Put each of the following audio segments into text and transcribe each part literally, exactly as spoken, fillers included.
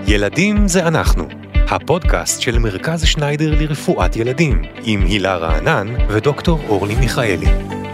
ילדים זה אנחנו, הפודקאסט של מרכז שניידר לרפואת ילדים, עם הילה רענן ודוקטור אורלי מיכאלי.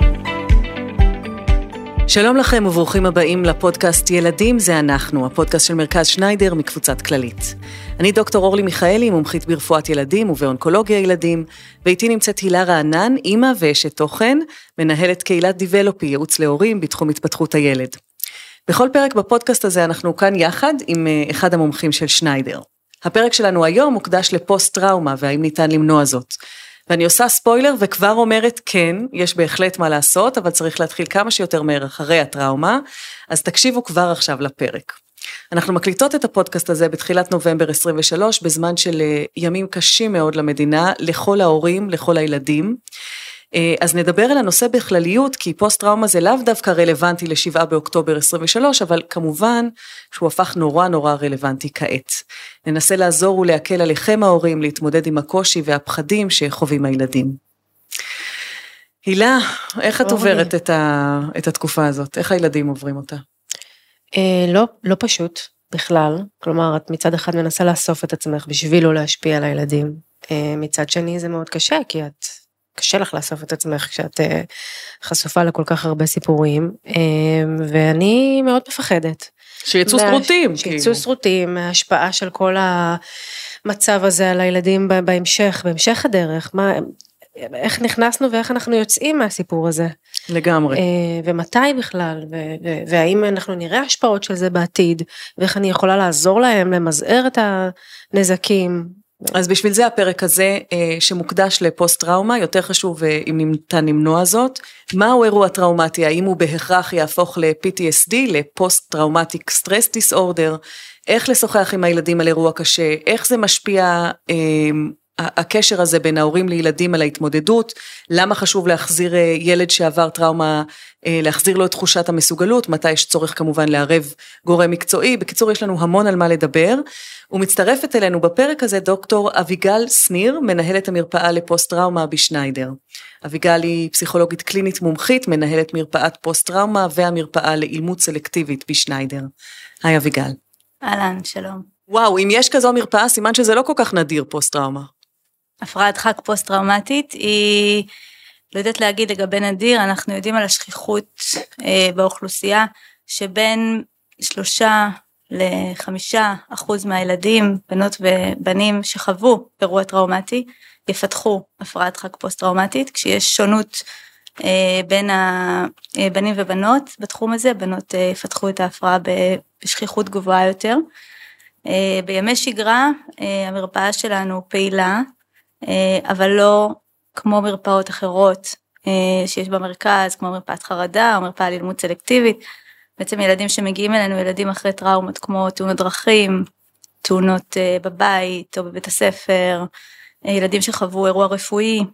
שלום לכם וברוכים הבאים לפודקאסט ילדים זה אנחנו, הפודקאסט של מרכז שניידר מקבוצת כללית. אני דוקטור אורלי מיכאלי, מומחית ברפואת ילדים ובאונקולוגיה ילדים, ואיתי נמצאת הילה רענן, אימא ואשת תוכן, מנהלת קהילת דיבלופי, ייעוץ להורים בתחום התפתחות הילד. בכל פרק בפודקאסט הזה אנחנו כאן יחד עם אחד המומחים של שניידר. הפרק שלנו היום מוקדש לפוסט-טראומה והאם ניתן למנוע זאת. ואני עושה ספוילר וכבר אומרת כן, יש בהחלט מה לעשות, אבל צריך להתחיל כמה שיותר מהר אחרי הטראומה, אז תקשיבו כבר עכשיו לפרק. אנחנו מקליטות את הפודקאסט הזה בתחילת נובמבר עשרים ושלוש, בזמן של ימים קשים מאוד למדינה, לכל ההורים, לכל הילדים. אז נדבר על הנושא בכלליות, כי פוסט-טראומה זה לאו דווקא רלוונטי לשבעה באוקטובר עשרים ושלוש, אבל כמובן שהוא הפך נורא נורא רלוונטי כעת. ננסה לעזור ולהקל עליכם ההורים, להתמודד עם הקושי והפחדים שחווים הילדים. הילה, איך את עוברת את, ה... את התקופה הזאת? איך הילדים עוברים אותה? אה, לא, לא פשוט בכלל. כלומר, את מצד אחד מנסה לאסוף את עצמך בשביל לא להשפיע על הילדים. אה, מצד שני זה מאוד קשה, כי את... קשה לך לאסוף את עצמך כשאת חשופה לכל כך הרבה סיפורים, ואני מאוד מפחדת. שיצאו סרוטים. שיצאו סרוטים, ההשפעה של כל המצב הזה על הילדים בהמשך, בהמשך הדרך, מה, איך נכנסנו ואיך אנחנו יוצאים מהסיפור הזה. לגמרי. ומתי בכלל, והאם אנחנו נראה השפעות של זה בעתיד, ואיך אני יכולה לעזור להם, למזער את הנזקים, אז בשביל זה הפרק הזה שמוקדש לפוסט-טראומה, יותר חשוב אם ניתן למנוע זאת, מהו אירוע טראומטי, האם הוא בהכרח יהפוך ל-פי טי אס די, לפוסט-טראומטיק סטרס דיסאורדר, איך לשוחח עם הילדים על אירוע קשה, איך זה משפיע הקשר הזה בין ההורים לילדים על ההתמודדות, למה חשוב להחזיר ילד שעבר טראומה, להחזיר לו את תחושת המסוגלות, מתי יש צורך כמובן לערב גורם מקצועי, בקיצור יש לנו המון על מה לדבר, ומצטרפת אלינו בפרק הזה דוקטור אביגל סניר, מנהלת המרפאה לפוסט-טראומה בשניידר. אביגל היא פסיכולוגית קלינית מומחית, מנהלת מרפאת פוסט-טראומה והמרפאה לאימוץ סלקטיבית בשניידר. היי אביגל. אהלן, שלום. וואו, אם יש כזו מרפאה, סימן שזה לא כל כך נדיר פוסט-טראומה. הפרעת דחק פוסט-טראומטית היא, לא יודעת להגיד לגבי נדיר, אנחנו יודעים על השכיחות אה, באוכלוסייה, שבין שלושה לחמישה אחוז מהילדים, בנות ובנים שחוו אירוע טראומטי, יפתחו הפרעת דחק פוסט-טראומטית, כשיש שונות אה, בין הבנים ובנות בתחום הזה, בנות אה, יפתחו את ההפרעה בשכיחות גבוהה יותר. אה, בימי שגרה, אה, המרפאה שלנו פעילה, אבל לא כמו מרפאות אחרות שיש במרכז, כמו מרפאת חרדה או מרפאה לאימוץ סלקטיבית. בעצם ילדים שמגיעים אלינו, ילדים אחרי טראומות כמו תאונות דרכים, תאונות בבית או בבית הספר, ילדים שחוו אירוע רפואי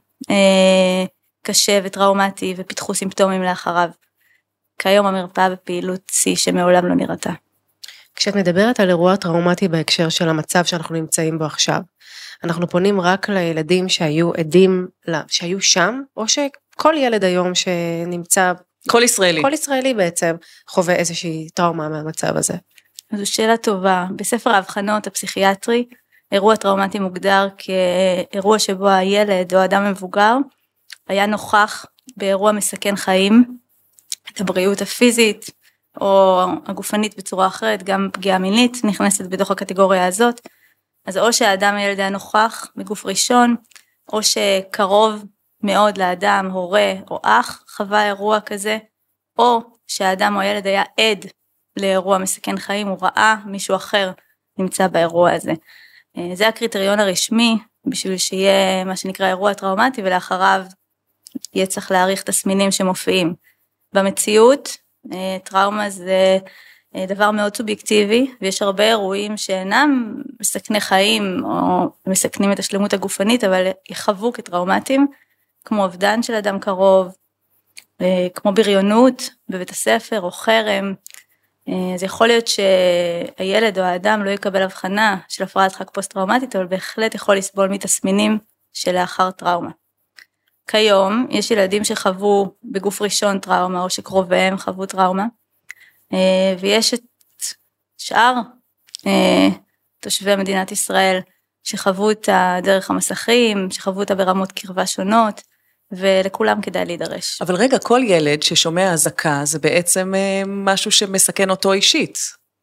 קשה וטראומטי ופיתחו סימפטומים לאחריו. כיום המרפאה בפעילות C שמעולם לא נראתה. כשאת מדברת על אירוע טראומטי בהקשר של המצב שאנחנו נמצאים בו עכשיו, אנחנו פונים רק לילדים שהיו עדים, שהיו שם, או שכל ילד היום שנמצא, כל ישראלי, כל ישראלי בעצם חווה איזושהי טראומה מהמצב הזה. זו שאלה טובה. בספר ההבחנות הפסיכיאטרי, אירוע טראומטי מוגדר כאירוע שבו הילד או האדם המבוגר היה נוכח באירוע מסכן חיים, את הבריאות הפיזית או הגופנית בצורה אחרת, גם פגיעה מינית נכנסת בתוך הקטגוריה הזאת. אז או שהאדם הילד היה נוכח בגוף ראשון, או שקרוב מאוד לאדם, הורה או אח, חווה אירוע כזה, או שהאדם או הילד היה עד לאירוע מסכן חיים, הוא ראה מישהו אחר נמצא באירוע הזה. זה הקריטריון הרשמי, בשביל שיהיה מה שנקרא אירוע טראומטי, ולאחריו יהיה צריך להעריך תסמינים שמופיעים. במציאות, טראומה זה דבר מאוד סובייקטיבי, ויש הרבה אירועים שאינם מסכני חיים, או מסכנים את השלמות הגופנית, אבל יחוו כטראומטיים, כמו אובדן של אדם קרוב, כמו בריונות בבית הספר, או חרם. אז יכול להיות שהילד או האדם לא יקבל הבחנה של הפרעת דחק פוסט-טראומטית, אבל בהחלט יכול לסבול מתסמינים שלאחר טראומה. כיום יש ילדים שחוו בגוף ראשון טראומה, או שקרוביהם חוו טראומה, ויש את שאר תושבי מדינת ישראל, שחוו אותה דרך המסכים, שחוו אותה ברמות קרבה שונות, ולכולם כדאי להידרש. אבל רגע, כל ילד ששומע אזעקה, זה בעצם משהו שמסכן אותו אישית,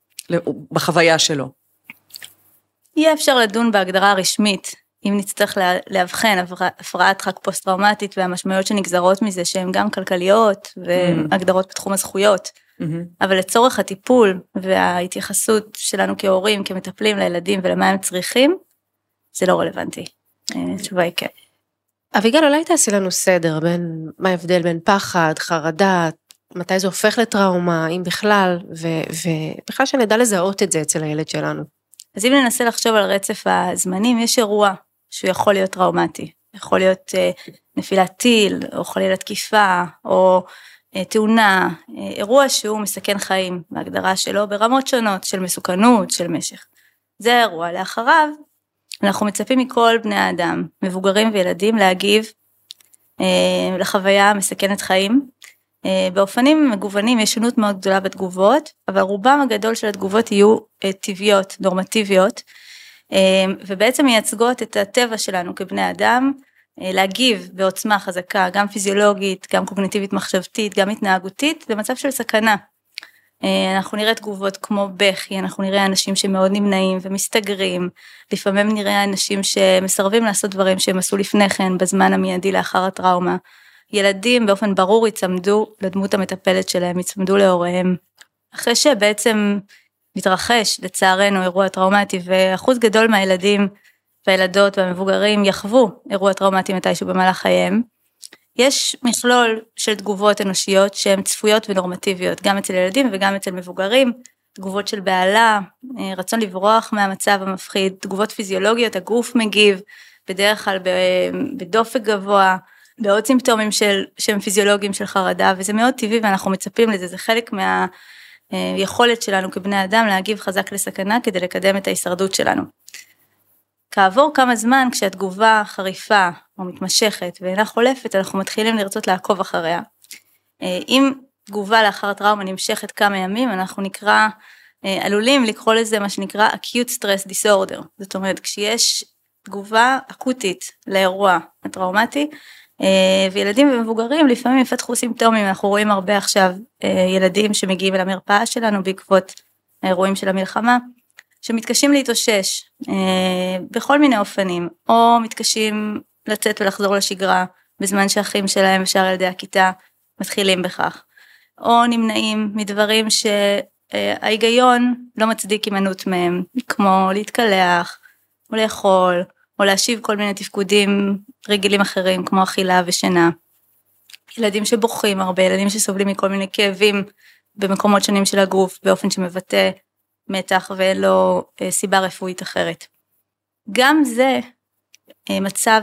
בחוויה שלו. יהיה אפשר לדון בהגדרה הרשמית, אם נצטרך להבחן הפרעת דחק פוסט-טראומטית, והמשמעויות שנגזרות מזה, שהן גם כלכליות, והגדרות בתחום הזכויות. אבל לצורך הטיפול, וההתייחסות שלנו כהורים, כמטפלים לילדים, ולמה הם צריכים, זה לא רלוונטי. תשובה היא כן. אביגל, אולי תעשי לנו סדר בין מה ההבדל בין פחד, חרדה, מתי זה הופך לטראומה, אם בכלל, ובכלל שנדע לזהות את זה אצל הילד שלנו. אז אם ננסה לחשוב על רצף הזמנים, יש אירוע שהוא יכול להיות טראומטי, יכול להיות נפילת טיל, או חלילה תקיפה, או תאונה, אירוע שהוא מסכן חיים, בהגדרה שלו ברמות שונות של מסוכנות, של משך. זה האירוע. לאחריו, אנחנו מצפים מכל בני האדם, מבוגרים וילדים, להגיב אה, לחוויה מסכנת חיים. אה, באופנים מגוונים יש שונות מאוד גדולה בתגובות, אבל רובם הגדול של התגובות יהיו אה, טבעיות, נורמטיביות, אה, ובעצם מייצגות את הטבע שלנו כבני אדם, אה, להגיב בעוצמה חזקה, גם פיזיולוגית, גם קוגניטיבית מחשבתית, גם התנהגותית, במצב של סכנה. אנחנו נראה תגובות כמו בכי, אנחנו נראה אנשים שמאוד נמנעים ומסתגרים, לפעמים נראה אנשים שמסרבים לעשות דברים שהם עשו לפני כן, בזמן המיידי לאחר הטראומה. ילדים באופן ברור יצמדו לדמות המטפלת שלהם, יצמדו להוריהם. אחרי שבעצם מתרחש לצערנו אירוע טראומטי, ואחוז גדול מהילדים והילדות והמבוגרים יחוו אירוע טראומטי מתישהו במהלך חייהם, יש מכלול של תגובות אנושיות שהן צפויות ונורמטיביות, גם אצל ילדים וגם אצל מבוגרים, תגובות של בעלה, רצון לברוח מהמצב המפחיד, תגובות פיזיולוגיות, הגוף מגיב, בדרך כלל בדופק גבוה, בעוד סימפטומים של, שהם פיזיולוגיים של חרדה, וזה מאוד טבעי ואנחנו מצפים לזה, זה חלק מהיכולת שלנו כבני אדם להגיב חזק לסכנה כדי לקדם את ההישרדות שלנו. כעבור כמה זמן, כשהתגובה חריפה או מתמשכת ואינה חולפת, אנחנו מתחילים לרצות לעקוב אחריה. אם תגובה לאחר טראומה נמשכת כמה ימים, אנחנו נקרא, עלולים לקרוא לזה מה שנקרא acute stress disorder. זאת אומרת, כשיש תגובה אקוטית לאירוע הטראומטי, וילדים ומבוגרים לפעמים יפתחו סימפטומים, אנחנו רואים הרבה עכשיו ילדים שמגיעים אל המרפאה שלנו בעקבות האירועים של המלחמה, שמתקשים להתאושש אה, בכל מיני אופנים, או מתקשים לצאת ולחזור לשגרה, בזמן שהאחים שלהם ושאר ילדי הכיתה מתחילים בכך, או נמנעים מדברים שההיגיון לא מצדיק הימנעות מהם, כמו להתקלח, או לאכול, או להשיב כל מיני תפקודים רגילים אחרים, כמו אכילה ושינה. ילדים שבוכים הרבה, ילדים שסובלים מכל מיני כאבים, במקומות שונים של הגוף, באופן שמבטא מתח ולא סיבה רפואית אחרת. גם זה מצב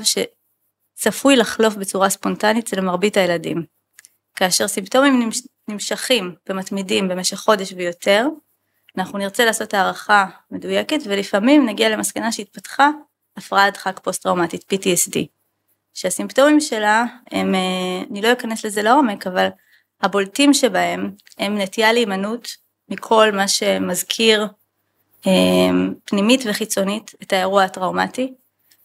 שצפוי לחלוף בצורה ספונטנית אצל מרבית הילדים. כאשר סימפטומים נמשכים ומתמידים במשך חודש ויותר, אנחנו נרצה לעשות הערכה מדויקת, ולפעמים נגיע למסקנה שהתפתחה הפרעת דחק פוסט-טראומטית, פי טי אס די, שהסימפטומים שלה, הם, אני לא אכנס לזה לעומק, אבל הבולטים שבהם הם נטייה להימנעות מכל מה שמזכיר פנימית וחיצונית את האירוע הטראומטי,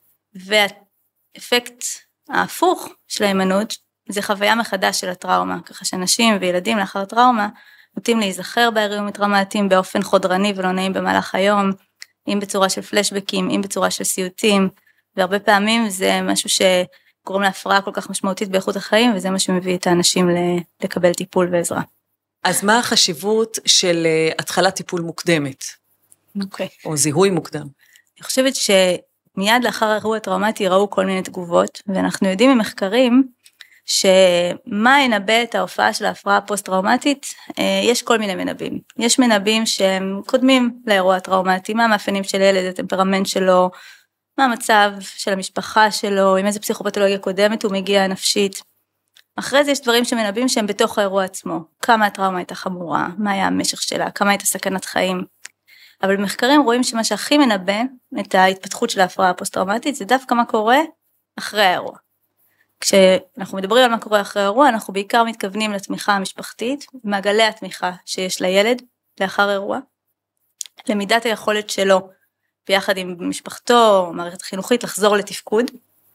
והאפקט ההפוך של ההימנעות זה חוויה מחדש של הטראומה, ככה שאנשים וילדים לאחר טראומה נוטים להיזכר באירועים טראומטיים באופן חודרני ולא נעים במהלך היום, אם בצורה של פלשבקים, אם בצורה של סיוטים, והרבה פעמים זה משהו שגורם להפרעה כל כך משמעותית באיכות החיים, וזה מה שמביא את האנשים לקבל טיפול ועזרה. אז מה החשיבות של התחלת טיפול מוקדמת? אוקיי. או זיהוי מוקדם? אני חושבת שמיד לאחר האירוע הטראומטי ראו כל מיני תגובות, ואנחנו יודעים ממחקרים שמה ינבא את ההופעה של ההפרעה הפוסט-טראומטית, יש כל מיני מנבאים. יש מנבאים שהם קודמים לאירוע הטראומטי, מה המאפיינים של ילד, הטמפרמנט שלו, מה המצב של המשפחה שלו, עם איזה פסיכופתולוגיה קודמת הוא מגיע נפשית. אחרי זה יש דברים שמנבאים שהם בתוך האירוע עצמו, כמה הטראומה הייתה חמורה, מה היה המשך שלה, כמה הייתה סכנת חיים. אבל במחקרים רואים שמה שהכי מנבא את ההתפתחות של ההפרעה הפוסט-טראומטית, זה דווקא מה קורה אחרי האירוע. כשאנחנו מדברים על מה קורה אחרי האירוע, אנחנו בעיקר מתכוונים לתמיכה המשפחתית, מעגלי התמיכה שיש לילד לאחר אירוע, למידת היכולת שלו ביחד עם משפחתו, מערכת חינוכית, לחזור לתפקוד,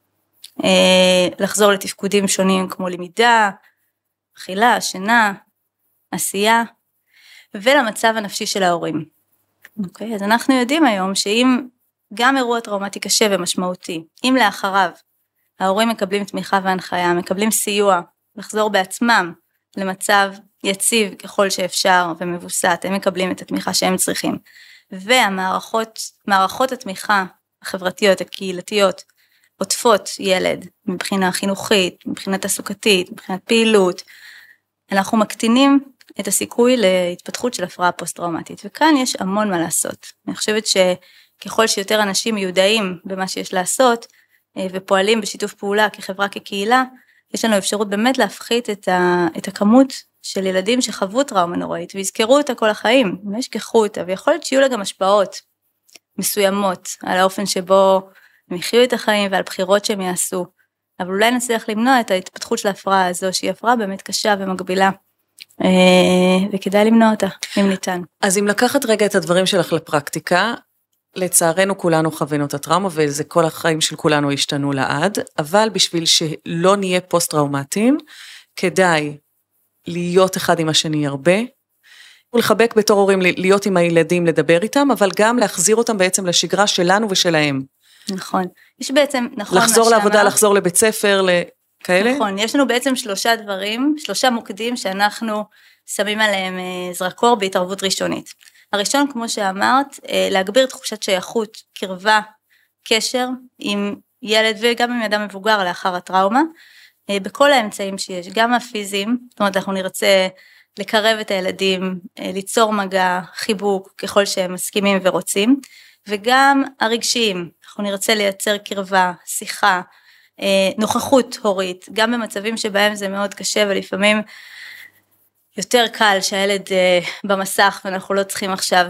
לחזור לתפקודים שונים כמו למידה, אכילה, שינה, עשייה, ולמצב הנפשי של ההורים. אוקיי, אז אנחנו יודעים היום שאם גם אירוע טראומטי קשה ומשמעותי, אם לאחריו ההורים מקבלים תמיכה והנחיה, מקבלים סיוע, לחזור בעצמם למצב יציב ככל שאפשר ומבוסת, הם מקבלים את התמיכה שהם צריכים, והמערכות, מערכות התמיכה החברתיות, הקהילתיות, עוטפות ילד מבחינה חינוכית, מבחינה תעסוקתית, מבחינת פעילות, אנחנו מקטינים את הסיכוי להתפתחות של הפרעה פוסט-טראומטית, וכאן יש המון מה לעשות. אני חושבת שככל שיותר אנשים מיודעים במה שיש לעשות, ופועלים בשיתוף פעולה כחברה כקהילה, יש לנו אפשרות באמת להפחית את, ה, את הכמות של ילדים שחוו טראומה נוראית, ויזכרו אותה כל החיים, וישכחו אותה, ויכול להיות שיהיו לה גם השפעות מסוימות, על האופן שבו הם יחיו את החיים, ועל בחירות שהם יעשו, אבל אולי נצליח למנוע את ההתפתחות של ההפרעה הזו, שהיא הפרעה באמת קשה ומגבילה, וכדאי למנוע אותה, אם ניתן. אז אם לקחת רגע את הדברים שלך לפרקטיקה, לצערנו כולנו חווינו את הטראומה, וזה כל החיים של כולנו השתנו לעד, אבל בשביל שלא נהיה פוסט-טראומטיים, כדאי להיות אחד עם השני הרבה, ולחבק בתור הורים, להיות עם הילדים, לדבר איתם, אבל גם להחזיר אותם בעצם לשגרה שלנו ושלהם. נכון. יש בעצם, נכון, לחזור לעבודה, שאמר, לחזור לבית ספר, לכאלה? נכון, יש לנו בעצם שלושה דברים, שלושה מוקדים שאנחנו שמים עליהם זרקור בהתערבות ראשונית. הראשון, כמו שאמרת, להגביר תחושת שייכות, קרבה, קשר עם ילד וגם עם אדם מבוגר לאחר הטראומה, בכל האמצעים שיש, גם הפיזיים, זאת אומרת אנחנו נרצה לקרב את הילדים, ליצור מגע, חיבוק, ככל שהם מסכימים ורוצים, וגם הרגשיים, אנחנו נרצה לייצר קרבה, שיחה, נוכחות הורית, גם במצבים שבהם זה מאוד קשה ולפעמים יותר קל שהילד במסך ואנחנו לא צריכים עכשיו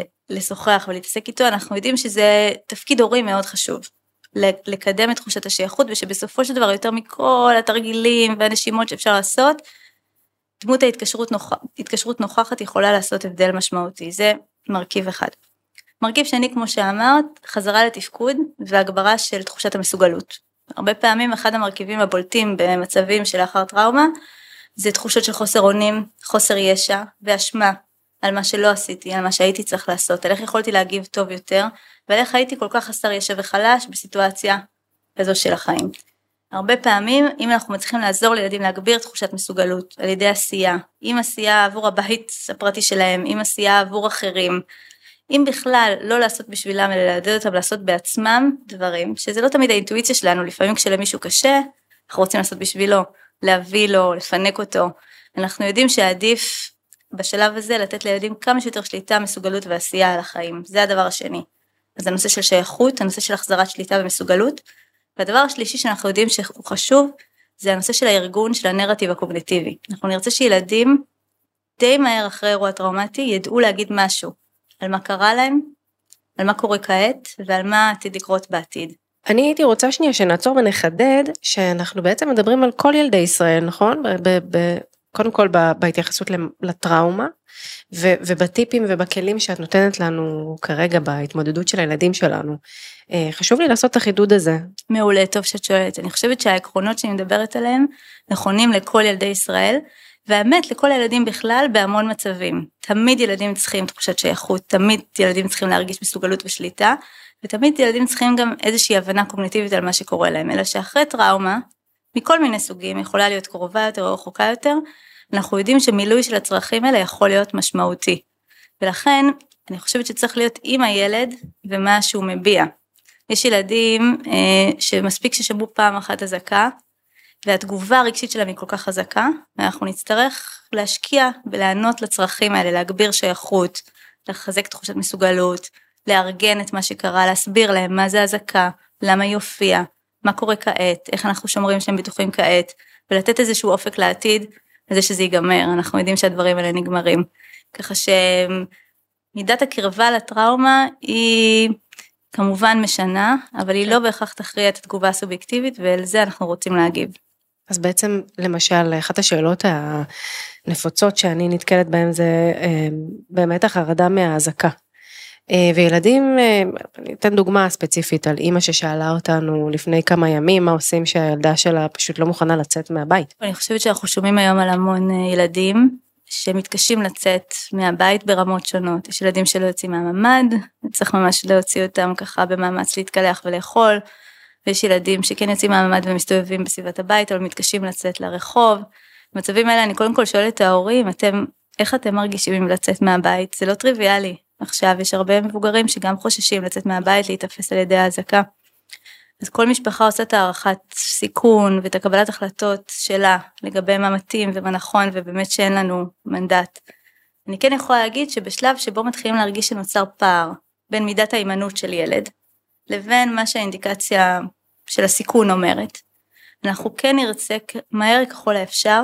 לשוחח ולהתעסק איתו, אנחנו יודעים שזה תפקיד הורי מאוד חשוב, לקדם את תחושת השייכות, ושבסופו של דבר יותר מכל התרגילים והנשימות שאפשר לעשות, דמות ההתקשרות נוכח, התקשרות נוכחת יכולה לעשות הבדל משמעותי, זה מרכיב אחד. מרכיב שני, כמו שאמרת, חזרה לתפקוד והגברה של תחושת המסוגלות. הרבה פעמים אחד המרכיבים הבולטים במצבים שלאחר טראומה, זה תחושות של חוסר אונים, חוסר ישע ואשמה על מה שלא עשיתי, על מה שהייתי צריך לעשות, על איך יכולתי להגיב טוב יותר, ועל איך הייתי כל כך חסר ישע וחלש בסיטואציה כזו של החיים. הרבה פעמים, אם אנחנו מצליחים לעזור לילדים להגביר תחושת מסוגלות על ידי עשייה, אם עשייה עבור הבית הפרטי שלהם, אם עשייה עבור אחרים, אם בכלל לא לעשות בשבילם, אלא לעודד אותם לעשות בעצמם דברים, שזה לא תמיד האינטואיציה שלנו, לפעמים כשלמישהו קשה, אנחנו רוצים לעשות בשבילו, להביא לו, לפנק אותו. אנחנו יודעים שעדיף בשלב הזה לתת לילדים כמה שיותר שליטה, מסוגלות ועשייה על החיים. זה הדבר השני. אז הנושא של שייכות, הנושא של החזרת שליטה ומסוגלות, והדבר השלישי שאנחנו יודעים שהוא חשוב, זה הנושא של הארגון של הנרטיב הקוגניטיבי. אנחנו נרצה שילדים די מהר אחרי אירוע טראומטי ידעו להגיד משהו על מה קרה להם, על מה קורה כעת ועל מה עתיד לקרות בעתיד. אני הייתי רוצה שנייה שנעצור ונחדד שאנחנו בעצם מדברים על כל ילדי ישראל, נכון? ב- ב- קודם כל בהתייחסות לטראומה, ו- ובטיפים ובכלים שאת נותנת לנו כרגע בהתמודדות של הילדים שלנו. חשוב לי לעשות את החידוד הזה. מעולה, טוב שאת שואלת. אני חושבת שהעקרונות שאני מדברת עליהם נכונים לכל ילדי ישראל, והאמת לכל הילדים בכלל בהמון מצבים. תמיד ילדים צריכים תחושת שייכות, תמיד ילדים צריכים להרגיש מסוגלות ושליטה, ותמיד ילדים צריכים גם איזושהי הבנה קוגניטיבית על מה שקורה להם, אלא שאחרי טראומה, מכל מיני סוגים, יכולה להיות קרובה יותר או רחוקה יותר, אנחנו יודעים שמילוי של הצרכים האלה יכול להיות משמעותי. ולכן אני חושבת שצריך להיות עם הילד ומה שהוא מביע. יש ילדים אה, שמספיק ששמעו פעם אחת הזקה, והתגובה הרגשית שלהם היא כל כך חזקה, ואנחנו נצטרך להשקיע ולענות לצרכים האלה, להגביר שייכות, לחזק תחושת מסוגלות, לארגן את מה שקרה, להסביר להם מה זה הזקה, למה היא הופיעה, מה קורה כעת, איך אנחנו שומרים שהם בטוחים כעת, ולתת איזשהו אופק לעתיד, לזה שזה ייגמר, אנחנו יודעים שהדברים האלה נגמרים. ככה שמידת הקרבה לטראומה היא כמובן משנה, אבל היא לא בהכרח תכריע את התגובה הסובייקטיבית, ועל זה אנחנו רוצים להגיב. אז בעצם, למשל, אחת השאלות הנפוצות שאני נתקלת בהן זה באמת החרדה מההזקה. וילדים, אני אתן דוגמה ספציפית על אמא ששאלה אותנו לפני כמה ימים, מה עושים שהילדה שלה פשוט לא מוכנה לצאת מהבית. אני חושבת שאנחנו שומעים היום על המון ילדים, שמתקשים לצאת מהבית ברמות שונות. יש ילדים שלא יוצאים מהממד, צריך ממש להוציא אותם ככה במאמץ להתקלח ולאכול, ויש ילדים שכן יוצאים מהממד ומסתובבים בסביבת הבית, אבל מתקשים לצאת לרחוב. במצבים האלה אני קודם כל שואלת את ההורים, אתם, איך אתם מרגישים עם לצאת מהבית? זה לא טריוויאלי. עכשיו יש הרבה מבוגרים שגם חוששים לצאת מהבית, להתאפס על ידי ההזקה. אז כל משפחה עושה את הערכת סיכון ואת הקבלת החלטות שלה לגבי מה מתאים ומה נכון, ובאמת שאין לנו מנדט. אני כן יכולה להגיד שבשלב שבו מתחילים להרגיש שנוצר פער בין מידת האימנות של ילד, לבין מה שהאינדיקציה של הסיכון אומרת, אנחנו כן נרצה מהר ככל האפשר,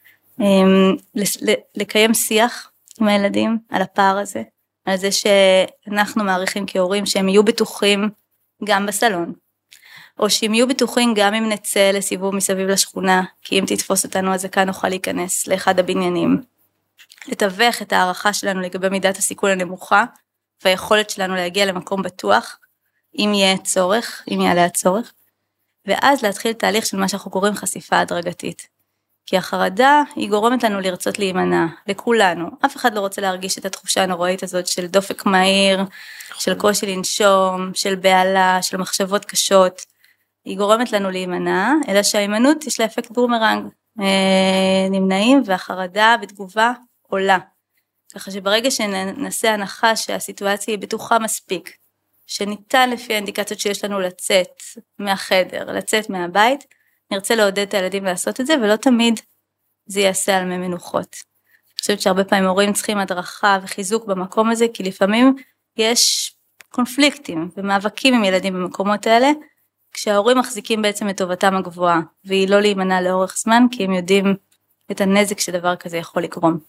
לקיים שיח עם הילדים על הפער הזה, על זה שאנחנו מעריכים כהורים שהם יהיו בטוחים גם בסלון, או שהם יהיו בטוחים גם אם נצא לסיבוב מסביב לשכונה, כי אם תתפוס אותנו הזקה נוכל להיכנס לאחד הבניינים. לתווך את הערכה שלנו לגבי מידת הסיכון הנמוכה, והיכולת שלנו להגיע למקום בטוח, אם יהיה צורך, אם יעלה הצורך, ואז להתחיל תהליך של מה שאנחנו קוראים חשיפה הדרגתית. כי החרדה היא גורמת לנו לרצות להימנע, לכולנו. אף אחד לא רוצה להרגיש את התחושה הנוראית הזאת של דופק מהיר, של קושי לנשום, של בעלה, של מחשבות קשות. היא גורמת לנו להימנע, אלא שההימנעות יש לה אפקט בומרנג, נמנעים, והחרדה בתגובה עולה. ככה שברגע שנעשה הנחה שהסיטואציה היא בטוחה מספיק, שניתן לפי האינדיקציות שיש לנו לצאת מהחדר, לצאת מהבית, נרצה לעודד את הילדים לעשות את זה, ולא תמיד זה יעשה על מי מנוחות. אני חושבת שהרבה פעמים הורים צריכים הדרכה וחיזוק במקום הזה, כי לפעמים יש קונפליקטים ומאבקים עם ילדים במקומות האלה, כשההורים מחזיקים בעצם את טובתם הגבוהה, והיא לא להימנע לאורך זמן, כי הם יודעים את הנזק שדבר כזה יכול לקרום.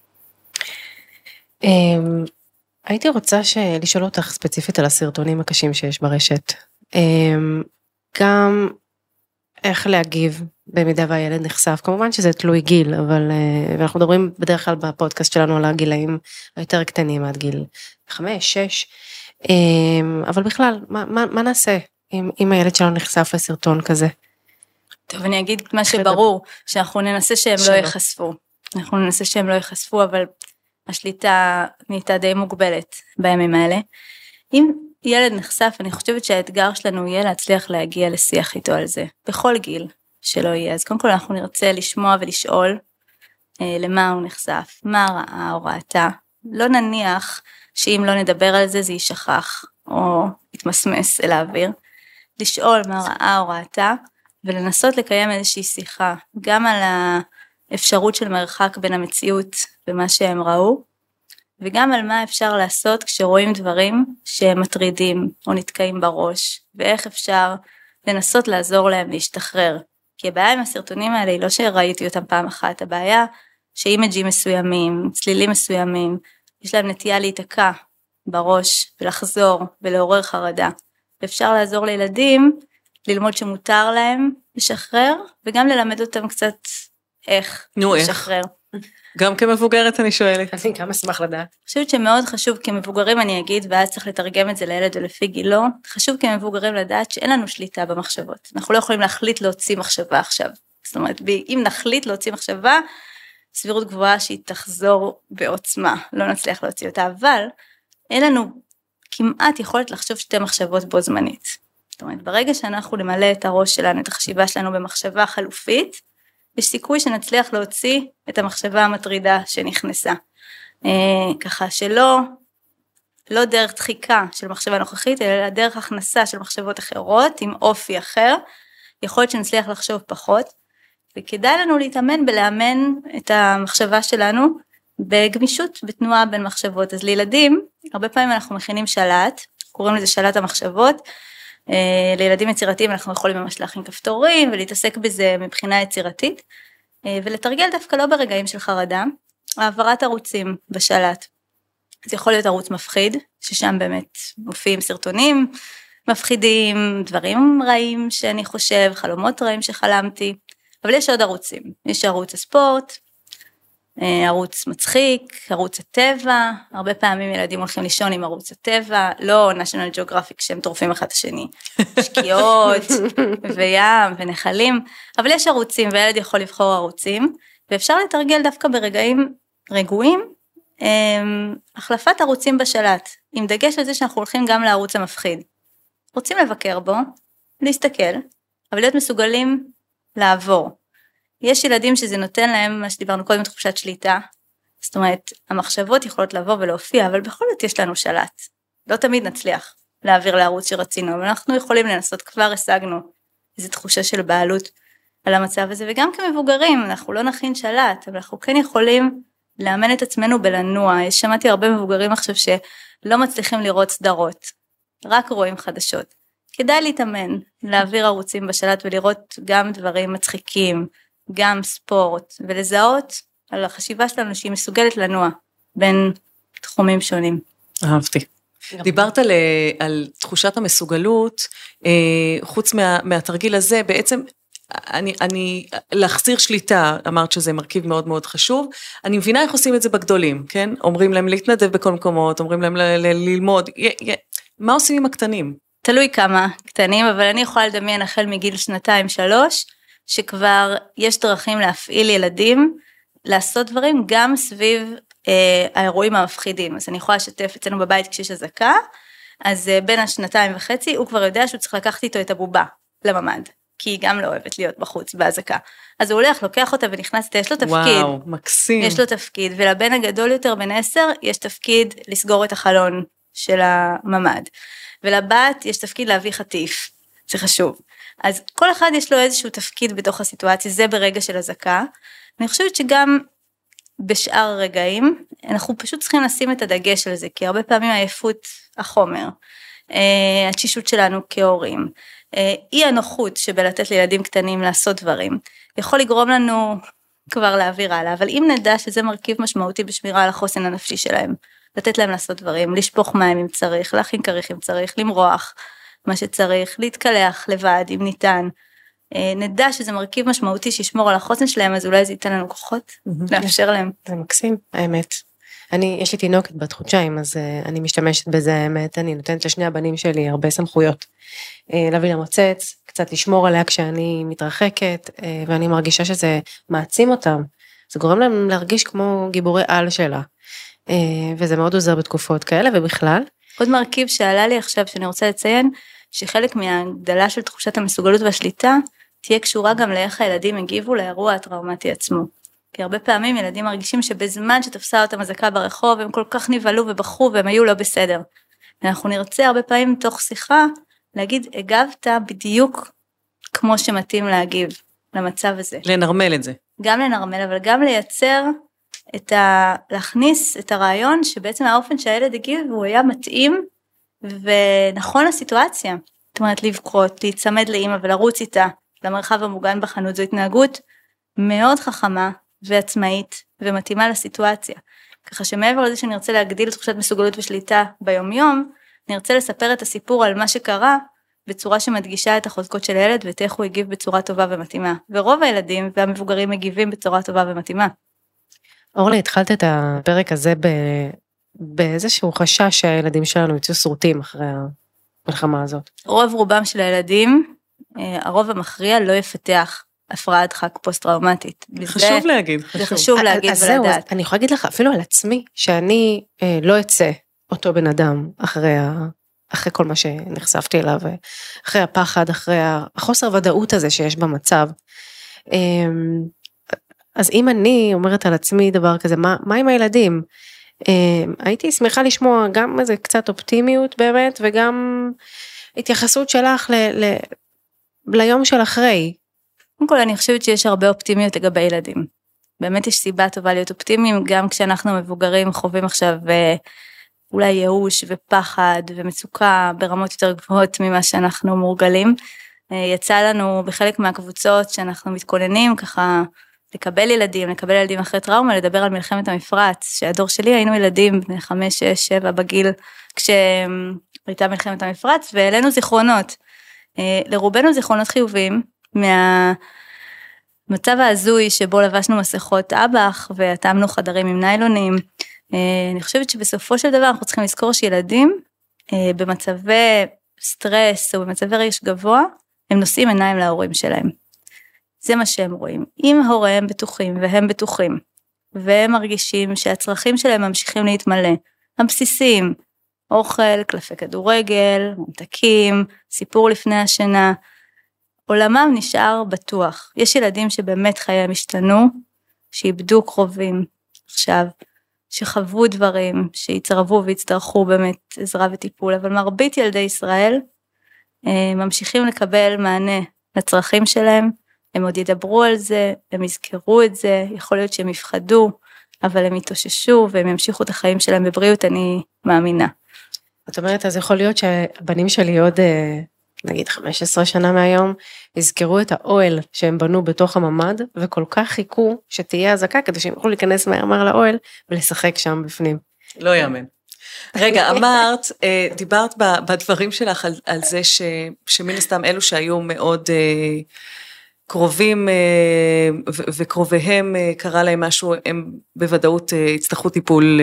הייתי רוצה לשאול אותך ספציפית על הסרטונים הקשים שיש ברשת. גם איך להגיב במידה והילד נחשף, כמובן שזה תלוי גיל, אבל אנחנו מדברים בדרך כלל בפודקאסט שלנו על הגילאים היותר קטנים, עד גיל חמש, שש, אבל בכלל, מה, מה, מה נעשה אם, אם הילד שלנו נחשף לסרטון כזה? טוב, אני אגיד מה שברור, שאנחנו ננסה שהם לא יחשפו, אנחנו ננסה שהם לא יחשפו, אבל השליטה נהייתה די מוגבלת בימים האלה. אם ילד נחשף, אני חושבת שהאתגר שלנו יהיה להצליח להגיע לשיח איתו על זה, בכל גיל שלא יהיה. אז קודם כל אנחנו נרצה לשמוע ולשאול אה, למה הוא נחשף, מה ראה או ראתה. לא נניח שאם לא נדבר על זה, זה יישכח או יתמסמס אל האוויר. לשאול מה ראה או ראתה, ולנסות לקיים איזושהי שיחה, גם על האפשרות של מרחק בין המציאות ומה שהם ראו, וגם על מה אפשר לעשות כשרואים דברים שהם מטרידים או נתקעים בראש, ואיך אפשר לנסות לעזור להם להשתחרר. כי הבעיה עם הסרטונים האלה היא לא שראיתי אותם פעם אחת, הבעיה שאימג'ים מסוימים, צלילים מסוימים, יש להם נטייה להיתקע בראש ולחזור ולעורר חרדה. ואפשר לעזור לילדים ללמוד שמותר להם לשחרר, וגם ללמד אותם קצת איך נו, לשחרר. איך? גם כמבוגרת אני שואלת. אני גם אשמח לדעת. אני חושבת שמאוד חשוב כמבוגרים אני אגיד, ואז צריך לתרגם את זה לילד ולפי גילו, חשוב כמבוגרים לדעת שאין לנו שליטה במחשבות. אנחנו לא יכולים להחליט להוציא מחשבה עכשיו. זאת אומרת, אם נחליט להוציא מחשבה, סבירות גבוהה שהיא תחזור בעוצמה, לא נצליח להוציא אותה, אבל אין לנו כמעט יכולת לחשוב שתי מחשבות בו זמנית. זאת אומרת, ברגע שאנחנו נמלא את הראש שלנו, את החשיבה שלנו במחשבה חלופית, יש סיכוי שנצליח להוציא את המחשבה המטרידה שנכנסה. אה, ככה שלא, לא דרך דחיקה של מחשבה נוכחית, אלא דרך הכנסה של מחשבות אחרות, עם אופי אחר, יכול להיות שנצליח לחשוב פחות, וכדאי לנו להתאמן בלאמן את המחשבה שלנו, בגמישות, בתנועה בין מחשבות. אז לילדים, הרבה פעמים אנחנו מכינים שלט, קוראים לזה שלט המחשבות, לילדים יצירתיים אנחנו יכולים ממש להכין כפתורים ולהתעסק בזה מבחינה יצירתית, ולתרגל דווקא לא ברגעים של חרדה, העברת ערוצים בשלט. זה יכול להיות ערוץ מפחיד, ששם באמת מופיעים סרטונים מפחידים, דברים רעים שאני חושב, חלומות רעים שחלמתי, אבל יש עוד ערוצים. יש ערוץ הספורט, ערוץ מצחיק, ערוץ הטבע, הרבה פעמים ילדים הולכים לישון עם ערוץ הטבע, לא national geographic שהם טורפים אחד השני, שקיעות וים ונחלים, אבל יש ערוצים וילד יכול לבחור ערוצים, ואפשר לתרגל דווקא ברגעים רגועים, החלפת ערוצים בשלט, עם דגש על זה שאנחנו הולכים גם לערוץ המפחיד. רוצים לבקר בו, להסתכל, אבל להיות מסוגלים לעבור. יש ילדים שזה נותן להם, מה שדיברנו קודם, תחושת שליטה, זאת אומרת, המחשבות יכולות לבוא ולהופיע, אבל בכל זאת יש לנו שלט. לא תמיד נצליח להעביר לערוץ שרצינו, אבל אנחנו יכולים לנסות, כבר השגנו איזו תחושה של בעלות על המצב הזה, וגם כמבוגרים, אנחנו לא נכין שלט, אבל אנחנו כן יכולים לאמן את עצמנו בלנוע. שמעתי הרבה מבוגרים עכשיו שלא מצליחים לראות סדרות, רק רואים חדשות. כדאי להתאמן, להעביר ערוצים בשלט ולראות גם דברים מצחיקים, גם ספורט, ולזהות על החשיבה שלנו שהיא מסוגלת לנוע בין תחומים שונים. אהבתי. דיברת על, על תחושת המסוגלות, חוץ מה, מהתרגיל הזה, בעצם אני, אני, להחזיר שליטה, אמרת שזה מרכיב מאוד מאוד חשוב, אני מבינה איך עושים את זה בגדולים, כן? אומרים להם להתנדב בכל מקומות, אומרים להם ל, ל, ללמוד, י, י, מה עושים עם הקטנים? תלוי כמה קטנים, אבל אני יכולה לדמיין החל מגיל שנתיים, שלוש, שכבר יש דרכים להפעיל ילדים, לעשות דברים גם סביב אה, האירועים המפחידים. אז אני יכולה לשתף אצלנו בבית כשיש הזקה, אז אה, בין השנתיים וחצי, הוא כבר יודע שהוא צריך לקחת איתו את הבובה לממד, כי היא גם לא אוהבת להיות בחוץ בהזקה. אז הוא הולך, לוקח אותה ונכנס איתה, יש לו תפקיד. וואו, מקסים. יש לו תפקיד, ולבן הגדול יותר, בן עשר, יש תפקיד לסגור את החלון של הממד. ולבת יש תפקיד להביא חטיף, זה חשוב. אז כל אחד יש לו איזשהו תפקיד בתוך הסיטואציה, זה ברגע של הזקה. אני חושבת שגם בשאר הרגעים, אנחנו פשוט צריכים לשים את הדגש על זה, כי הרבה פעמים העייפות החומר, התשישות שלנו כהורים, אי הנוחות שבלתת לילדים קטנים לעשות דברים, יכול לגרום לנו כבר להעביר הלאה, אבל אם נדע שזה מרכיב משמעותי בשמירה על החוסן הנפשי שלהם, לתת להם לעשות דברים, לשפוך מים אם צריך, להכין כריך אם צריך, למרוח מה שצריך, להתקלח לבד אם ניתן, נדע שזה מרכיב משמעותי שישמור על החוסן שלהם, אז אולי זה ייתן לנו כוחות, לאפשר להם. זה מקסים, האמת. אני, יש לי תינוקת בת חודשיים, אז אני משתמשת בזה, האמת, אני נותנת לשני הבנים שלי הרבה סמכויות. להביא למוצץ, קצת לשמור עליה כשאני מתרחקת, ואני מרגישה שזה מעצים אותם. זה גורם להם להרגיש כמו גיבורי על שלה. וזה מאוד עוזר בתקופות כאלה, ובכלל. עוד מרכיב שעלה לי עכשיו, שאני רוצה לציין, שחלק מהגדלה של תחושת המסוגלות והשליטה, תהיה קשורה גם לאיך הילדים הגיבו לאירוע הטראומטי עצמו. כי הרבה פעמים ילדים מרגישים שבזמן שתפסה אותם הזקה ברחוב, הם כל כך נבהלו ובחרו והם היו לא בסדר. ואנחנו נרצה הרבה פעמים תוך שיחה, להגיד, הגבת בדיוק כמו שמתאים להגיב למצב הזה. לנרמל את זה. גם לנרמל, אבל גם לייצר את ה... להכניס את הרעיון שבעצם האופן שהילד הגיב, הוא היה מתאים ונכון לסיטואציה. זאת אומרת, לבכות, להצמד לאמא ולרוץ איתה למרחב המוגן בחנות, זו התנהגות מאוד חכמה ועצמאית ומתאימה לסיטואציה. ככה שמעבר לזה שנרצה להגדיל תחושת מסוגלות ושליטה ביום-יום, נרצה לספר את הסיפור על מה שקרה בצורה שמדגישה את החוזקות של הילד ואת איך הוא הגיב בצורה טובה ומתאימה. ורוב הילדים והמבוגרים מגיבים בצורה טובה ומתאימה. אורלי, התחלת את הפרק הזה ב... באיזשהו חשש שהילדים שלנו יצאו סרוטים אחרי המלחמה הזאת. רוב רובם של הילדים, הרוב המכריע לא יפתח הפרעת דחק פוסט-טראומטית. חשוב להגיד. זה חשוב להגיד ולדעת. אני יכולה להגיד לך, אפילו על עצמי, שאני לא אצא אותו בן אדם אחרי, אחרי כל מה שנחשפתי אליו, אחרי הפחד, אחרי החוסר ודאות הזה שיש במצב. אז אם אני אומרת על עצמי דבר כזה, מה, מה עם הילדים? הייתי שמחה לשמוע גם איזה קצת אופטימיות באמת, וגם התייחסות שלך ל, ל, ליום של אחרי. קודם כל אני חושבת שיש הרבה אופטימיות לגבי ילדים. באמת יש סיבה טובה להיות אופטימיים, גם כשאנחנו מבוגרים חווים עכשיו אולי ייאוש ופחד ומצוקה ברמות יותר גבוהות ממה שאנחנו מורגלים. יצא לנו בחלק מהקבוצות שאנחנו מתכוננים ככה, לקבל ילדים, לקבל ילדים אחרי טראומה, לדבר על מלחמת המפרץ, שהדור שלי היינו ילדים בני חמש, שש, שבע בגיל, כשהייתה מלחמת המפרץ, ואלינו זיכרונות. לרובנו זיכרונות חיוביים, מה, מצב ההזוי שבו לבשנו מסכות אב"ח והתאמנו חדרים עם ניילונים, אני חושבת שבסופו של דבר אנחנו צריכים לזכור שילדים במצבי סטרס או במצבי רגש גבוה, הם נושאים עיניים להורים שלהם. זה מה שהם רואים. אם הוריהם בטוחים והם בטוחים, והם מרגישים שהצרכים שלהם ממשיכים להתמלא, הבסיסיים, אוכל, קלפי כדורגל, ממתקים, סיפור לפני השינה, עולמם נשאר בטוח. יש ילדים שבאמת חייהם השתנו, שאיבדו קרובים עכשיו, שחוו דברים, שיצרבו ויצטרכו באמת עזרה וטיפול, אבל מרבית ילדי ישראל ממשיכים לקבל מענה לצרכים שלהם, הם עוד ידברו על זה, הם יזכרו את זה, יכול להיות שהם יפחדו, אבל הם יתאוששו והם ימשיכו את החיים שלהם בבריאות, אני מאמינה. את אומרת, אז יכול להיות שהבנים שלי עוד, נגיד חמש עשרה שנה מהיום, יזכרו את האוהל שהם בנו בתוך הממד, וכל כך חיכו שתהיה הזקה, כדי שהם יוכלו להיכנס מהר מהר לאוהל, ולשחק שם בפנים. לא יאמן. רגע, אמרת, דיברת בדברים שלך על, על זה ש, שמן הסתם אלו שהיו מאוד קרובים ו, וקרוביהם קרה להם משהו, הם בוודאות יצטרכו טיפול,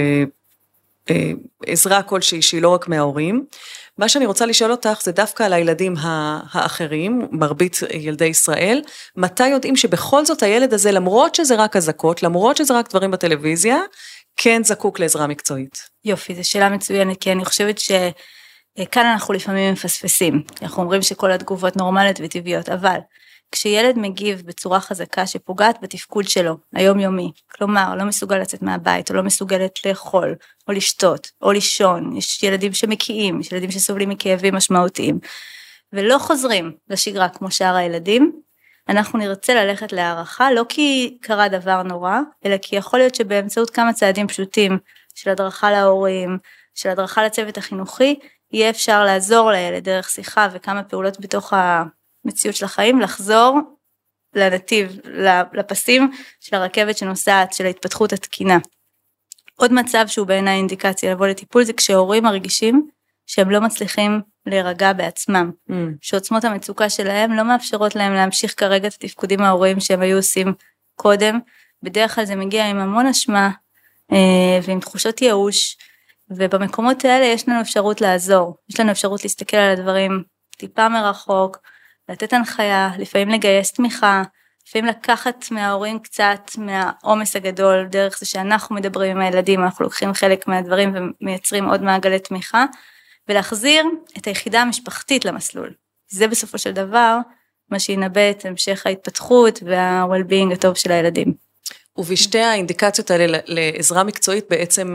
עזרה כלשהי שהיא לא רק מההורים. מה שאני רוצה לשאול אותך זה דווקא על הילדים האחרים, מרבית ילדי ישראל, מתי יודעים שבכל זאת הילד הזה, למרות שזה רק הזקות, למרות שזה רק דברים בטלוויזיה, כן זקוק לעזרה מקצועית? יופי, זו שאלה מצוינת, כי אני חושבת שכאן אנחנו לפעמים מפספסים, אנחנו אומרים שכל התגובות נורמליות וטבעיות, אבל כשילד מגיב בצורה חזקה שפוגעת בתפקוד שלו, היומיומי, כלומר, לא מסוגל לצאת מהבית, או לא מסוגלת לאכול, או לשתות, או לישון, יש ילדים שמקיאים, יש ילדים שסובלים מכאבים משמעותיים, ולא חוזרים לשגרה כמו שאר הילדים, אנחנו נרצה ללכת להערכה, לא כי קרה דבר נורא, אלא כי יכול להיות שבאמצעות כמה צעדים פשוטים, של הדרכה להורים, של הדרכה לצוות החינוכי, יהיה אפשר לעזור לילד דרך שיחה, וכמה פעולות בתוך המציאות של החיים, לחזור לנתיב, לפסים של הרכבת שנוסעת, של ההתפתחות התקינה. עוד מצב שהוא בעיניי אינדיקציה לבוא לטיפול, זה כשהורים מרגישים שהם לא מצליחים להירגע בעצמם, mm. שעוצמות המצוקה שלהם לא מאפשרות להם להמשיך כרגע את התפקודים ההוריים שהם היו עושים קודם, בדרך כלל זה מגיע עם המון אשמה, אה, ועם תחושות ייאוש, ובמקומות האלה יש לנו אפשרות לעזור, יש לנו אפשרות להסתכל על הדברים טיפה מרחוק, לתת הנחיה, לפעמים לגייס תמיכה, לפעמים לקחת מההורים קצת מהעומס הגדול, דרך זה שאנחנו מדברים עם הילדים, אנחנו לוקחים חלק מהדברים ומייצרים עוד מעגלי תמיכה, ולהחזיר את היחידה המשפחתית למסלול. זה בסופו של דבר מה שינבא את המשך ההתפתחות וה-well-being הטוב של הילדים. ובשתי האינדיקציות האלה לעזרה מקצועית בעצם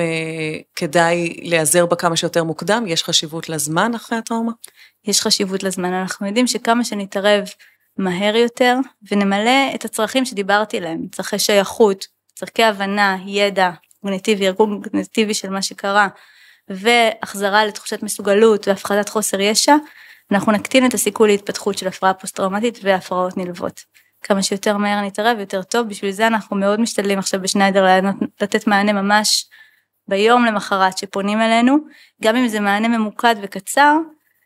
כדאי להיעזר בה כמה שיותר מוקדם, יש חשיבות לזמן אחרי הטראומה? יש חשיבות לזמן, אנחנו יודעים שכמה שנתערב מהר יותר ונמלא את הצרכים שדיברתי להם, צרכי שייכות, צרכי הבנה, ידע, קוגניטיבי, ארגון קוגניטיבי של מה שקרה, והחזרה לתחושת מסוגלות והפחתת חוסר ישע, אנחנו נקטין את הסיכוי להתפתחות של הפרעה פוסט-טראומטית והפרעות נלוות. כמה שיותר מהר נתערב, יותר טוב, בשביל זה אנחנו מאוד משתדלים עכשיו בשניידר לתת מענה ממש ביום למחרת שפונים אלינו, גם אם זה מענה ממוקד וקצר,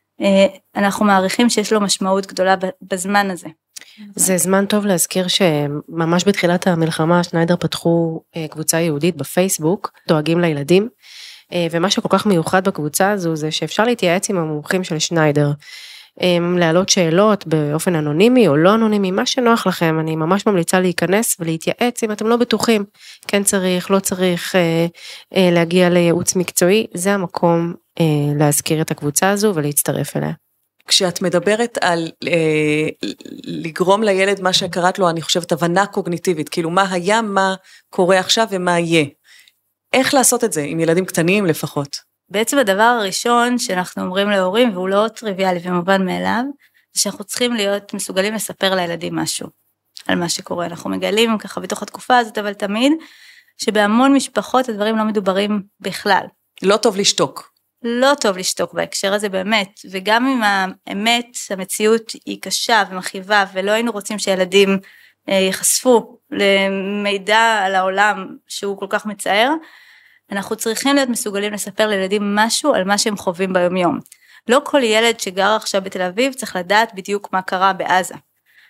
אנחנו מעריכים שיש לו משמעות גדולה בזמן הזה. זה זמן טוב להזכיר שממש בתחילת המלחמה שניידר פתחו קבוצה יהודית בפייסבוק, דואגים לילדים, ומה שכל כך מיוחד בקבוצה הזו זה שאפשר להתייעץ עם המומחים של שניידר, להעלות שאלות באופן אנונימי או לא אנונימי, מה שנוח לכם, אני ממש ממליצה להיכנס ולהתייעץ אם אתם לא בטוחים, כן צריך, לא צריך להגיע לייעוץ מקצועי, זה המקום להזכיר את הקבוצה הזו ולהצטרף אליה. כשאת מדברת על אה, לגרום לילד מה שקראת לו, אני חושבת הבנה קוגניטיבית, כאילו מה היה, מה קורה עכשיו ומה יהיה. איך לעשות את זה עם ילדים קטנים לפחות? בעצם הדבר הראשון שאנחנו אומרים להורים, והוא לא טריוויאלי ומובן מאליו, זה שאנחנו צריכים להיות מסוגלים לספר לילדים משהו על מה שקורה. אנחנו מגלים ככה בתוך התקופה הזאת, אבל תמיד, שבהמון משפחות הדברים לא מדוברים בכלל. לא טוב לשתוק. לא טוב לשתוק בהקשר הזה באמת, וגם אם האמת, המציאות היא קשה ומכאיבה, ולא היינו רוצים שילדים ייחשפו למידע על העולם שהוא כל כך מצער, אנחנו צריכים להיות מסוגלים לספר לילדים משהו על מה שהם חווים ביום יום. לא כל ילד שגר עכשיו בתל אביב צריך לדעת בדיוק מה קרה בעזה.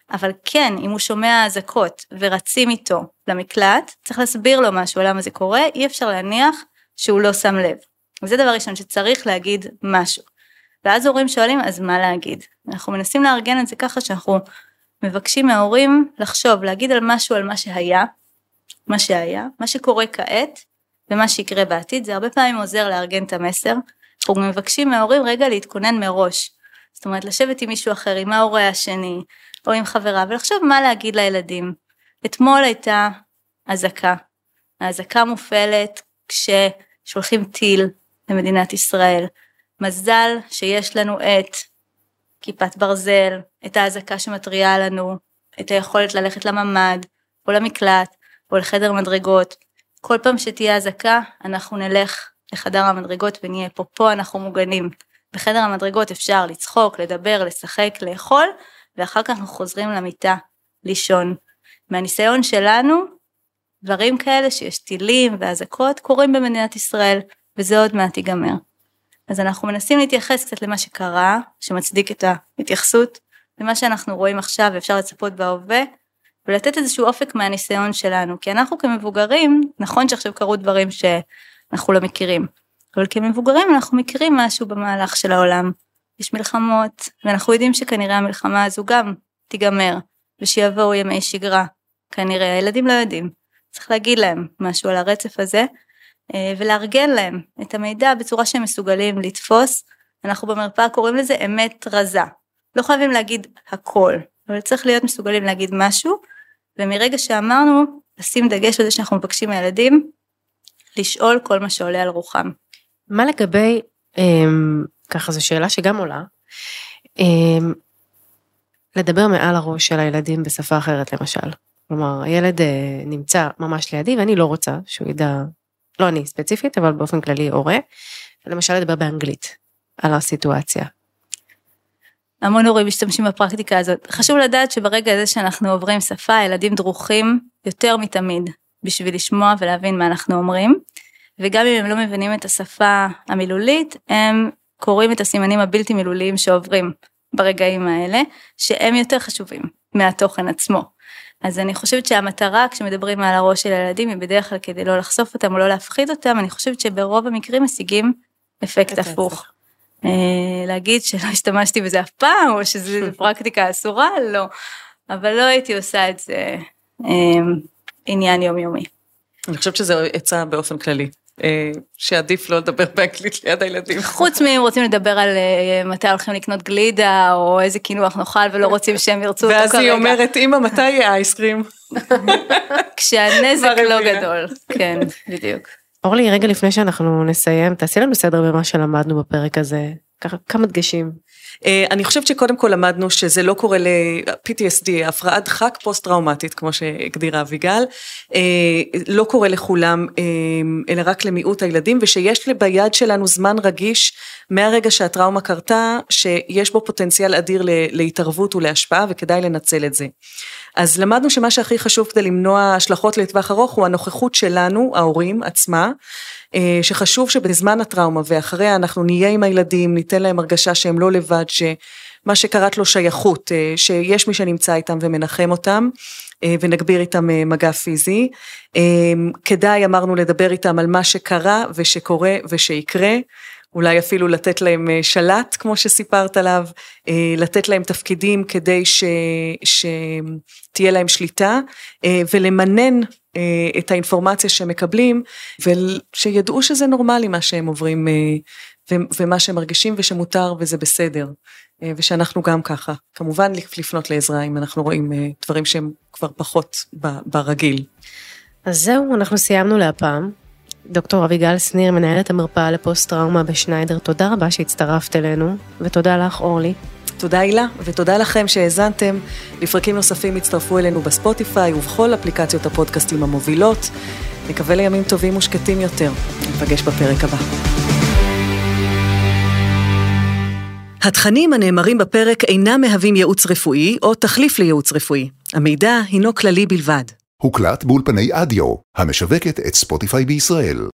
אבל כן, אם הוא שומע אזעקות ורצים איתו למקלט, צריך להסביר לו משהו למה זה קורה, אי אפשר להניח שהוא לא שם לב. וזה דבר ראשון שצריך להגיד משהו. ואז הורים שואלים, אז מה להגיד? אנחנו מנסים לארגן את זה ככה שאנחנו מבקשים מההורים לחשוב, להגיד על משהו על מה שהיה, מה שהיה, מה שקורה כעת, ומה שיקרה בעתיד, זה הרבה פעמים עוזר לארגן את המסר. אנחנו מבקשים מההורים רגע להתכונן מראש. זאת אומרת, לשבת עם מישהו אחר, עם ההורה השני, או עם חברה, ולחשוב מה להגיד לילדים. אתמול הייתה אזעקה. האזעקה מופעלת כששולחים טיל למדינת ישראל. מזל שיש לנו את כיפת ברזל, את האזעקה שמטריעה לנו, את היכולת ללכת לממד, או למקלט, או לחדר מדרגות. כל פעם שתהיה אזעקה, אנחנו נלך לחדר המדרגות ונהיה פה, פה אנחנו מוגנים. בחדר המדרגות אפשר לצחוק, לדבר, לשחק, לאכול, ואחר כך אנחנו חוזרים למיטה, לישון. מהניסיון שלנו, דברים כאלה שיש טילים ואזעקות, קורים במדינת ישראל, וזה עוד מעט ייגמר. אז אנחנו מנסים להתייחס קצת למה שקרה, שמצדיק את ההתייחסות, למה שאנחנו רואים עכשיו, ואפשר לצפות בהווה, ולתת איזשהו אופק מהניסיון שלנו, כי אנחנו כמבוגרים, נכון שעכשיו קרו דברים שאנחנו לא מכירים, אבל כמבוגרים אנחנו מכירים משהו במהלך של העולם, יש מלחמות, ואנחנו יודעים שכנראה המלחמה הזו גם תיגמר, ושיבואו ימי שגרה, כנראה הילדים לא יודעים, צריך להגיד להם משהו על הרצף הזה, ולארגן להם את המידע בצורה שהם מסוגלים לתפוס, אנחנו במרפאה קוראים לזה אמת רזה, לא חייבים להגיד הכל, אבל צריך להיות מסוגלים להגיד משהו, ומרגע שאמרנו, לשים דגש על זה שאנחנו מבקשים מהילדים, לשאול כל מה שעולה על רוחם. מה לגבי, ככה זו שאלה שגם עולה, לדבר מעל הראש של הילדים בשפה אחרת למשל. כלומר, הילד נמצא ממש לידי, ואני לא רוצה שהוא ידע, לא אני ספציפית, אבל באופן כללי הורה, למשל לדבר באנגלית על הסיטואציה. המון הורים משתמשים בפרקטיקה הזאת. חשוב לדעת שברגע הזה שאנחנו עוברים שפה, הילדים דרוכים יותר מתמיד, בשביל לשמוע ולהבין מה אנחנו אומרים, וגם אם הם לא מבינים את השפה המילולית, הם קוראים את הסימנים הבלתי מילוליים שעוברים ברגעים האלה, שהם יותר חשובים מהתוכן עצמו. אז אני חושבת שהמטרה כשמדברים על הראש של הילדים, היא בדרך כלל כדי לא לחשוף אותם או לא להפחיד אותם, אני חושבת שברוב המקרים משיגים אפקט הפוך. להגיד שלא השתמשתי בזה אף פעם, או שזו פרקטיקה אסורה, לא. אבל לא הייתי עושה את זה עניין יומיומי. אני חושבת שזה עצה באופן כללי, שעדיף לא לדבר באנגלית ליד הילדים. חוץ מהם רוצים לדבר על מתי הולכים לקנות גלידה, או איזה קינוח נאכל, ולא רוצים שהם ירצו אותו כרגע. ואז היא אומרת, אמא, מתי יהיה אייסקרים? כשהנזק לא גדול. כן, בדיוק. אורלי, רגע לפני שאנחנו נסיים, תעשי לנו סדר במה שלמדנו בפרק הזה, ככה כמה דגשים. אני חושבת שקודם כל למדנו שזה לא קורה ל-פי טי אס די, הפרעת דחק פוסט-טראומטית, כמו שהגדירה אביגל, לא קורה לכולם, אלא רק למיעוט הילדים, ושיש ביד שלנו זמן רגיש, מהרגע שהטראומה קרתה, שיש בו פוטנציאל אדיר להתערבות ולהשפעה, וכדאי לנצל את זה. אז למדנו שמה שהכי חשוב כדי למנוע השלכות לטווח ארוך, הוא הנוכחות שלנו, ההורים עצמה, שחשוב שבזמן הטראומה ואחריה אנחנו נהיה עם הילדים, ניתן להם הרגשה שהם לא לבד, שמה שקראת לו שייכות, שיש מי שנמצא איתם ומנחם אותם, ונגביר איתם מגע פיזי. כדאי אמרנו לדבר איתם על מה שקרה ושקורה ושיקרה, אולי אפילו לתת להם שלט, כמו שסיפרת עליו, לתת להם תפקידים כדי ש... שתהיה להם שליטה, ולמנן את האינפורמציה שמקבלים, ושידעו שזה נורמלי מה שהם עוברים, ומה שהם מרגישים ושמותר וזה בסדר, ושאנחנו גם ככה, כמובן לפנות לעזרה אם אנחנו רואים דברים שהם כבר פחות ברגיל. אז זהו, אנחנו סיימנו להפעם. דוקטור אביגל שניר, מנהלת המרפאה לפוסט-טראומה בשניידר, תודה רבה שהצטרפת אלינו, ותודה לך אורלי. תודה הילה, ותודה לכם שהאזנתם. לפרקים נוספים הצטרפו אלינו בספוטיפיי ובכל אפליקציות הפודקאסטים המובילות. נקווה לימים טובים ושקטים יותר. נפגש בפרק הבא. התכנים הנאמרים בפרק אינם מהווים ייעוץ רפואי או תחליף לייעוץ רפואי. המידע הינו כללי בלבד. הוקלט באולפני אדיו, המשווקת את ספוטיפיי בישראל.